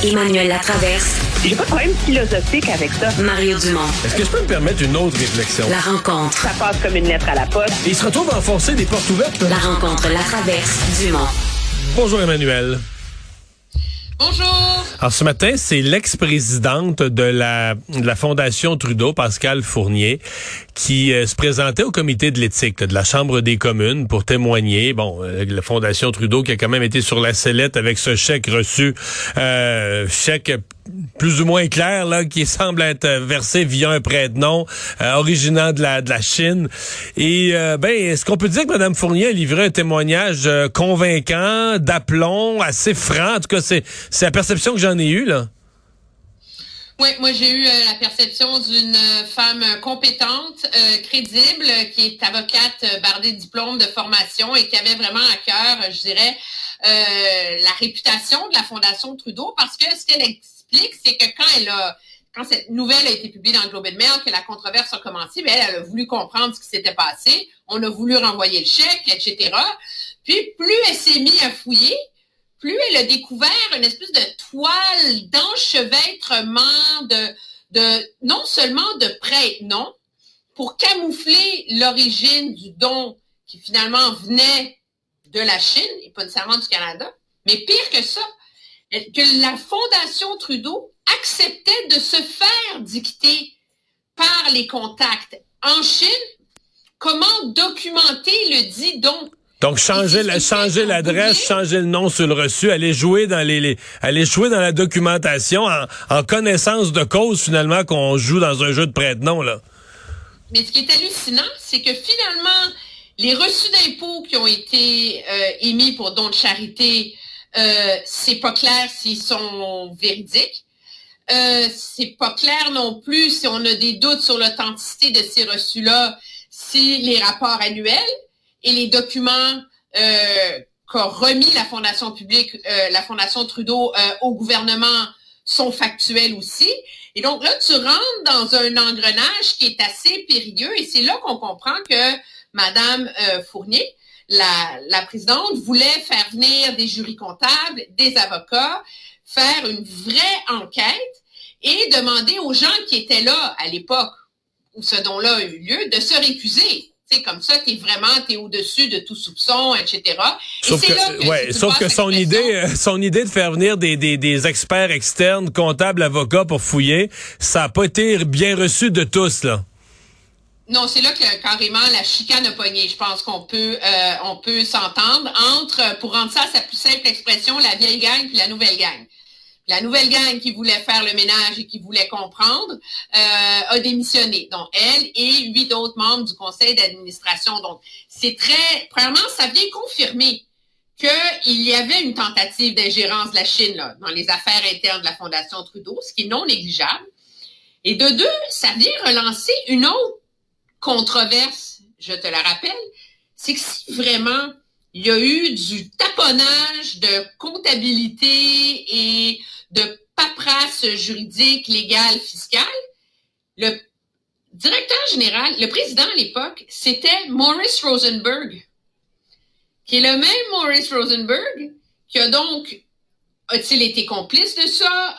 Emmanuel Latraverse. J'ai pas de problème philosophique avec ça. Mario Dumont. Est-ce que je peux me permettre une autre réflexion? La rencontre. Ça passe comme une lettre à la poste. Et il se retrouve à enfoncer des portes ouvertes. La rencontre Latraverse Dumont. Bonjour Emmanuel. Bonjour. Alors ce matin, c'est l'ex-présidente de la Fondation Trudeau, Pascale Fournier, qui se présentait au comité de l'éthique de la Chambre des communes pour témoigner. Bon, la Fondation Trudeau qui a quand même été sur la sellette avec ce chèque reçu, chèque plus ou moins clair là, qui semble être versé via un prête-nom originant de la Chine. Et est-ce qu'on peut dire que Mme Fournier a livré un témoignage convaincant, d'aplomb, assez franc? En tout cas, c'est la perception que j'en ai eue, là. Oui, moi j'ai eu la perception d'une femme compétente, crédible, qui est avocate bardée de diplôme, de formation et qui avait vraiment à cœur, je dirais, la réputation de la Fondation Trudeau, parce que ce qu'elle explique, c'est que quand cette nouvelle a été publiée dans le Globe and Mail, que la controverse a commencé, elle a voulu comprendre ce qui s'était passé, on a voulu renvoyer le chèque, etc. Puis plus elle s'est mise à fouiller, plus elle a découvert une espèce de toile d'enchevêtrement de non seulement de prête-nom, pour camoufler l'origine du don qui finalement venait de la Chine et pas nécessairement du Canada, mais pire que ça, que la Fondation Trudeau acceptait de se faire dicter par les contacts en Chine comment documenter le dit don. Donc changer l'adresse, changer le nom sur le reçu, aller jouer dans la documentation en connaissance de cause finalement qu'on joue dans un jeu de prête-nom là. Mais ce qui est hallucinant, c'est que finalement les reçus d'impôts qui ont été émis pour dons de charité, c'est pas clair s'ils sont véridiques. C'est pas clair non plus si on a des doutes sur l'authenticité de ces reçus-là, si les rapports annuels et les documents qu'a remis la Fondation publique, la Fondation Trudeau au gouvernement sont factuels aussi. Et donc là, tu rentres dans un engrenage qui est assez périlleux et c'est là qu'on comprend que Madame Fournier, la présidente, voulait faire venir des jurys comptables, des avocats, faire une vraie enquête et demander aux gens qui étaient là à l'époque où ce don-là a eu lieu de se récuser. C'est comme ça, t'es au-dessus de tout soupçon, etc. Sauf que son idée de faire venir des experts externes, comptables, avocats pour fouiller, ça n'a pas été bien reçu de tous, là. Non, c'est là que carrément la chicane a pogné. Je pense qu'on peut s'entendre entre, pour rendre ça à sa plus simple expression, la vieille gang puis la nouvelle gang. La nouvelle gang qui voulait faire le ménage et qui voulait comprendre a démissionné. Donc, elle et 8 autres membres du conseil d'administration. Donc, premièrement, ça vient confirmer qu'il y avait une tentative d'ingérence de la Chine là, dans les affaires internes de la Fondation Trudeau, ce qui est non négligeable. Et de deux, ça vient relancer une autre controverse, je te la rappelle, c'est que si vraiment il y a eu du taponnage de comptabilité et de paperasse juridique, légale, fiscale, le directeur général, le président à l'époque, c'était Maurice Rosenberg, qui est le même Maurice Rosenberg qui a-t-il été complice de ça?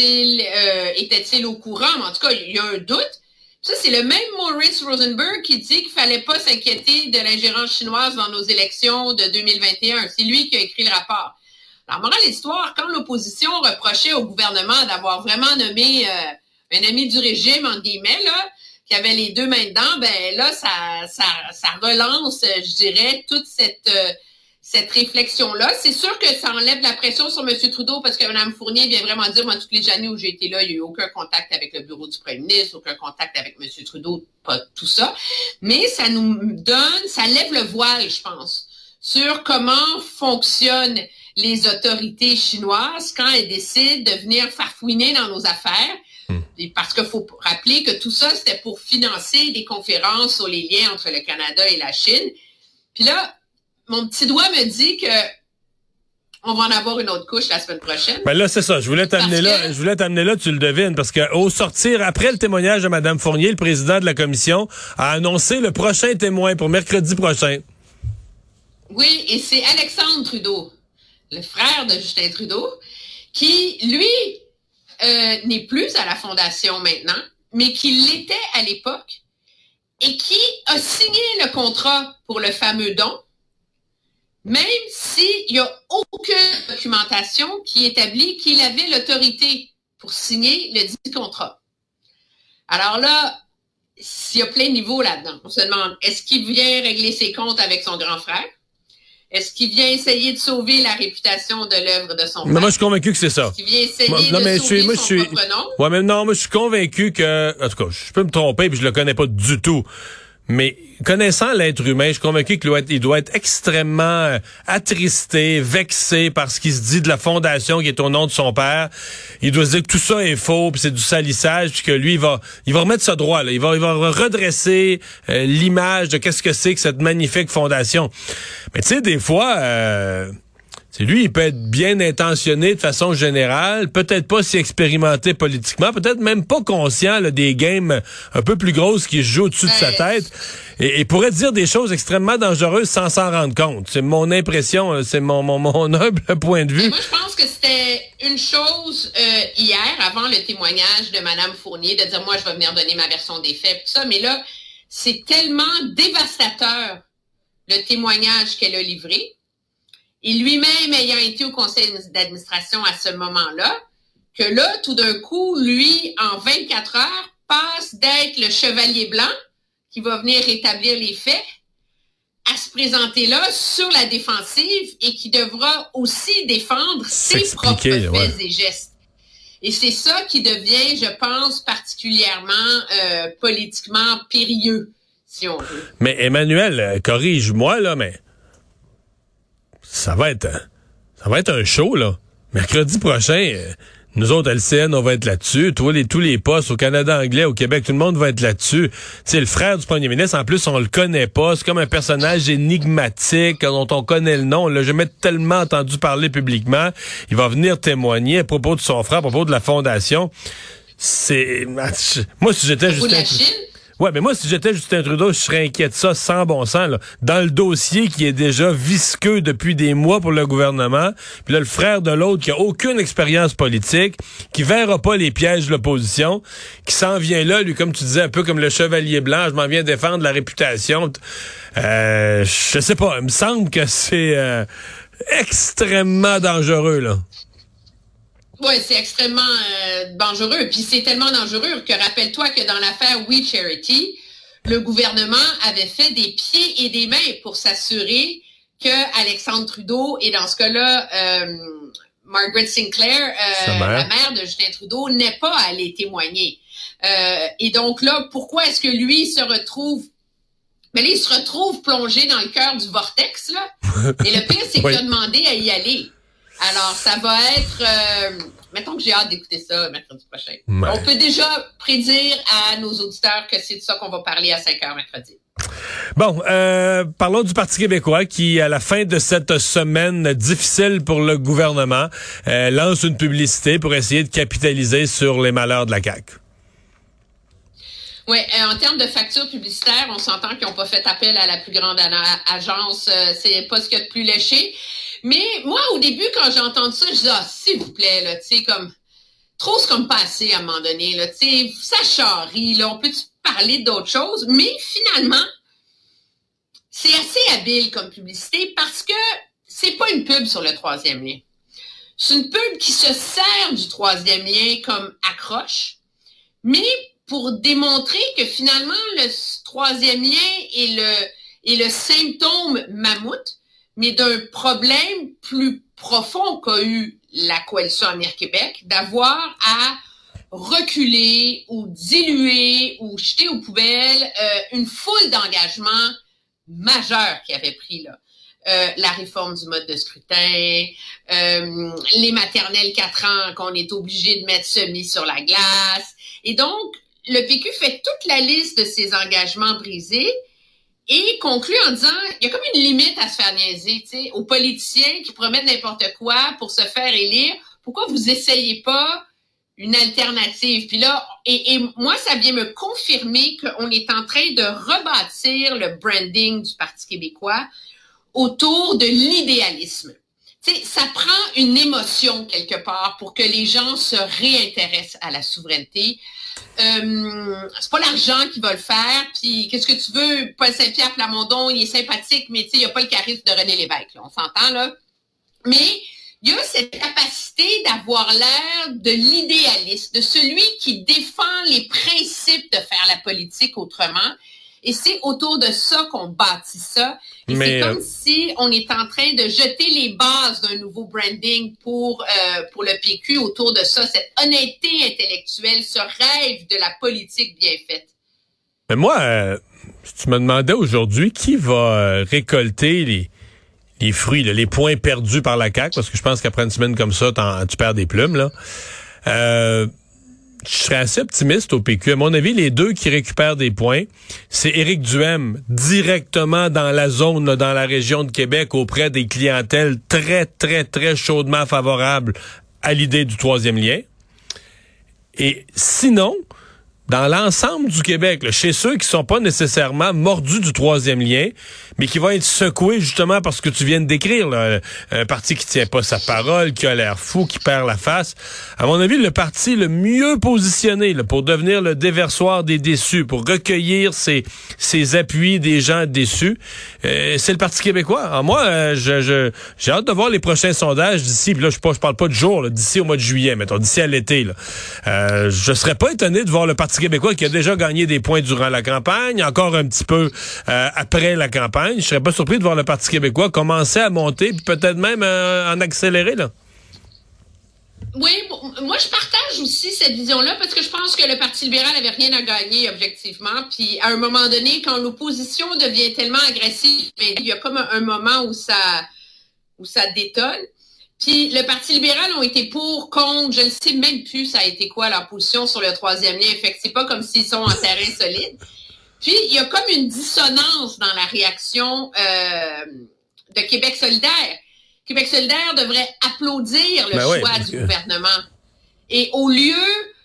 Était-il au courant? Mais en tout cas, il y a un doute. Ça, c'est le même Maurice Rosenberg qui dit qu'il fallait pas s'inquiéter de l'ingérence chinoise dans nos élections de 2021. C'est lui qui a écrit le rapport. Alors, morale de l'histoire, quand l'opposition reprochait au gouvernement d'avoir vraiment nommé un ami du régime, entre guillemets, là, qui avait les deux mains dedans, là, ça relance, je dirais, toute cette réflexion-là. C'est sûr que ça enlève la pression sur M. Trudeau parce que Mme Fournier vient vraiment dire, moi, toutes les années où j'ai été là, il n'y a eu aucun contact avec le bureau du premier ministre, aucun contact avec M. Trudeau, pas tout ça. Mais ça lève le voile, je pense, sur comment fonctionnent les autorités chinoises quand elles décident de venir farfouiner dans nos affaires. Et parce qu'il faut rappeler que tout ça, c'était pour financer des conférences sur les liens entre le Canada et la Chine. Puis là, mon petit doigt me dit que on va en avoir une autre couche la semaine prochaine. Ben là, c'est ça. Je voulais t'amener là, tu le devines, parce que au sortir, après le témoignage de Mme Fournier, le président de la commission a annoncé le prochain témoin pour mercredi prochain. Oui, et c'est Alexandre Trudeau, le frère de Justin Trudeau, qui, lui, n'est plus à la Fondation maintenant, mais qui l'était à l'époque et qui a signé le contrat pour le fameux don, même s'il n'y a aucune documentation qui établit qu'il avait l'autorité pour signer le dit contrat. Alors là, s'il y a plein de niveaux là-dedans, on se demande, est-ce qu'il vient régler ses comptes avec son grand frère? Est-ce qu'il vient essayer de sauver la réputation de l'œuvre de son frère? Mais moi, je suis convaincu que c'est ça. Est-ce qu'il vient essayer de sauver son propre nom? Ouais, mais non, moi, je suis convaincu que, en tout cas, je peux me tromper puis je le connais pas du tout. Mais connaissant l'être humain, je suis convaincu qu'il doit être extrêmement attristé, vexé par ce qui se dit de la fondation qui est au nom de son père. Il doit se dire que tout ça est faux, puis c'est du salissage, puis que lui, il va remettre ça droit. Là. Il va redresser l'image de qu'est-ce que c'est que cette magnifique fondation. Mais tu sais, des fois... lui, il peut être bien intentionné de façon générale, peut-être pas si expérimenté politiquement, peut-être même pas conscient là, des games un peu plus grosses qui se jouent au-dessus de sa tête, et pourrait dire des choses extrêmement dangereuses sans s'en rendre compte. C'est mon impression, c'est mon humble point de vue. Moi, je pense que c'était une chose hier, avant le témoignage de Mme Fournier, de dire « moi, je vais venir donner ma version des faits », tout ça, mais là, c'est tellement dévastateur le témoignage qu'elle a livré. Et lui-même ayant été au conseil d'administration à ce moment-là, que là, tout d'un coup, lui, en 24 heures, passe d'être le chevalier blanc qui va venir rétablir les faits à se présenter là sur la défensive et qui devra aussi défendre ses propres faits et gestes. Et c'est ça qui devient, je pense, particulièrement politiquement périlleux, si on veut. Mais Emmanuel, corrige-moi, là, mais... Ça va être un show, là. Mercredi prochain, nous autres, LCN, on va être là-dessus. Tous les postes au Canada anglais, au Québec, tout le monde va être là-dessus. C'est le frère du premier ministre. En plus, on le connaît pas. C'est comme un personnage énigmatique dont on connaît le nom. On l'a jamais tellement entendu parler publiquement. Il va venir témoigner à propos de son frère, à propos de la fondation. Moi, si j'étais Ouais, mais moi, si j'étais Justin Trudeau, je serais inquiet de ça sans bon sens, là. Dans le dossier qui est déjà visqueux depuis des mois pour le gouvernement, puis là, le frère de l'autre qui a aucune expérience politique, qui verra pas les pièges de l'opposition, qui s'en vient là, lui, comme tu disais, un peu comme le chevalier blanc, je m'en viens défendre la réputation. Je sais pas, il me semble que c'est extrêmement dangereux, là. Oui, c'est extrêmement dangereux. Puis c'est tellement dangereux que rappelle-toi que dans l'affaire We Charity, le gouvernement avait fait des pieds et des mains pour s'assurer que Alexandre Trudeau et dans ce cas-là, Margaret Sinclair, la mère de Justin Trudeau, n'est pas allée témoigner. Et donc là, pourquoi est-ce que lui se retrouve... Mais là, il se retrouve plongé dans le cœur du vortex, là. Et le pire, c'est qu'il a demandé à y aller. Alors, ça va être... mettons que j'ai hâte d'écouter ça mercredi prochain. Ouais. On peut déjà prédire à nos auditeurs que c'est de ça qu'on va parler à 5h mercredi. Bon, parlons du Parti québécois qui, à la fin de cette semaine difficile pour le gouvernement, lance une publicité pour essayer de capitaliser sur les malheurs de la CAQ. Oui, en termes de factures publicitaires, on s'entend qu'ils n'ont pas fait appel à la plus grande agence. C'est pas ce qu'il y a de plus léché. Mais moi, au début, quand j'ai entendu ça, je disais, s'il vous plaît, là, tu sais, comme, trop, c'est comme pas assez à un moment donné, là, tu sais, ça charrie, là, on peut parler d'autres choses, mais finalement, c'est assez habile comme publicité parce que c'est pas une pub sur le troisième lien. C'est une pub qui se sert du troisième lien comme accroche, mais pour démontrer que finalement, le troisième lien est le symptôme mammouth, mais d'un problème plus profond qu'a eu la Coalition Avenir Québec, d'avoir à reculer ou diluer ou jeter aux poubelles une foule d'engagements majeurs qu'il avait pris là. La réforme du mode de scrutin, les maternelles 4 ans qu'on est obligé de mettre semi sur la glace. Et donc, le PQ fait toute la liste de ces engagements brisés et conclut en disant, il y a comme une limite à se faire niaiser, tu sais, aux politiciens qui promettent n'importe quoi pour se faire élire. Pourquoi vous essayez pas une alternative? Puis là, et moi, ça vient me confirmer qu'on est en train de rebâtir le branding du Parti québécois autour de l'idéalisme. ça prend une émotion quelque part pour que les gens se réintéressent à la souveraineté. C'est pas l'argent qui va le faire. Puis qu'est-ce que tu veux, Paul Saint-Pierre Plamondon, il est sympathique, mais il a pas le charisme de René Lévesque. Là, on s'entend là. Mais il y a cette capacité d'avoir l'air de l'idéaliste, de celui qui défend les principes de faire la politique autrement. Et c'est autour de ça qu'on bâtit ça. Et c'est comme si on est en train de jeter les bases d'un nouveau branding pour le PQ autour de ça, cette honnêteté intellectuelle, ce rêve de la politique bien faite. Mais moi, si tu me demandais aujourd'hui qui va récolter les fruits, là, les points perdus par la CAQ, parce que je pense qu'après une semaine comme ça, tu perds des plumes, là. Je serais assez optimiste au PQ. À mon avis, les deux qui récupèrent des points, c'est Éric Duhaime, directement dans la zone, là, dans la région de Québec, auprès des clientèles très, très, très chaudement favorables à l'idée du troisième lien. Et sinon, dans l'ensemble du Québec, là, chez ceux qui sont pas nécessairement mordus du troisième lien, mais qui vont être secoués justement parce que tu viens de décrire, là, un parti qui tient pas sa parole, qui a l'air fou, qui perd la face. À mon avis, le parti le mieux positionné là, pour devenir le déversoir des déçus, pour recueillir ses appuis des gens déçus, c'est le Parti québécois. Alors moi, j'ai hâte de voir les prochains sondages d'ici. Puis là, je parle pas de jour, là, d'ici au mois de juillet, mettons, d'ici à l'été. Là. Je serais pas étonné de voir le Parti québécois qui a déjà gagné des points durant la campagne, encore un petit peu après la campagne. Je serais pas surpris de voir le Parti québécois commencer à monter, puis peut-être même en accélérer, là. Oui, moi je partage aussi cette vision-là parce que je pense que le Parti libéral avait rien à gagner objectivement. Puis à un moment donné, quand l'opposition devient tellement agressive, il y a comme un moment où ça détonne. Puis le Parti libéral ont été pour, contre, je ne sais même plus ça a été quoi leur position sur le troisième lien. Fait que c'est pas comme s'ils sont en terrain solide. Puis il y a comme une dissonance dans la réaction de Québec solidaire. Québec solidaire devrait applaudir le choix du gouvernement. Et au lieu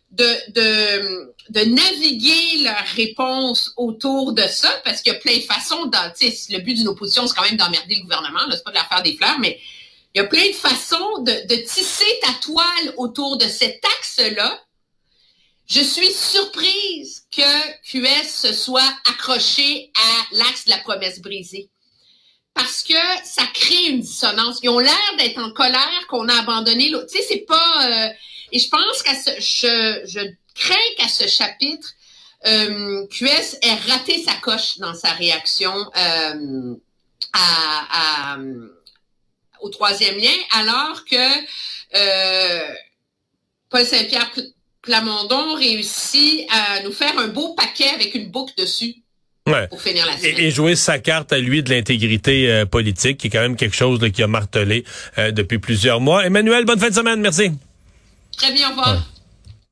de naviguer leur réponse autour de ça, parce qu'il y a plein de façons, le but d'une opposition, c'est quand même d'emmerder le gouvernement, là, c'est pas de leur faire des fleurs, mais il y a plein de façons de tisser ta toile autour de cet axe-là. Je suis surprise que QS se soit accroché à l'axe de la promesse brisée. Parce que ça crée une dissonance. Ils ont l'air d'être en colère qu'on a abandonné l'autre. Tu sais, c'est pas... et je pense je crains qu'à ce chapitre, QS ait raté sa coche dans sa réaction au troisième lien, alors que Paul Saint-Pierre Plamondon réussit à nous faire un beau paquet avec une boucle dessus. Ouais. Pour finir la semaine. Et jouer sa carte à lui de l'intégrité politique, qui est quand même quelque chose là, qui a martelé depuis plusieurs mois. Emmanuel, bonne fin de semaine, merci. Très bien, au revoir. Ouais.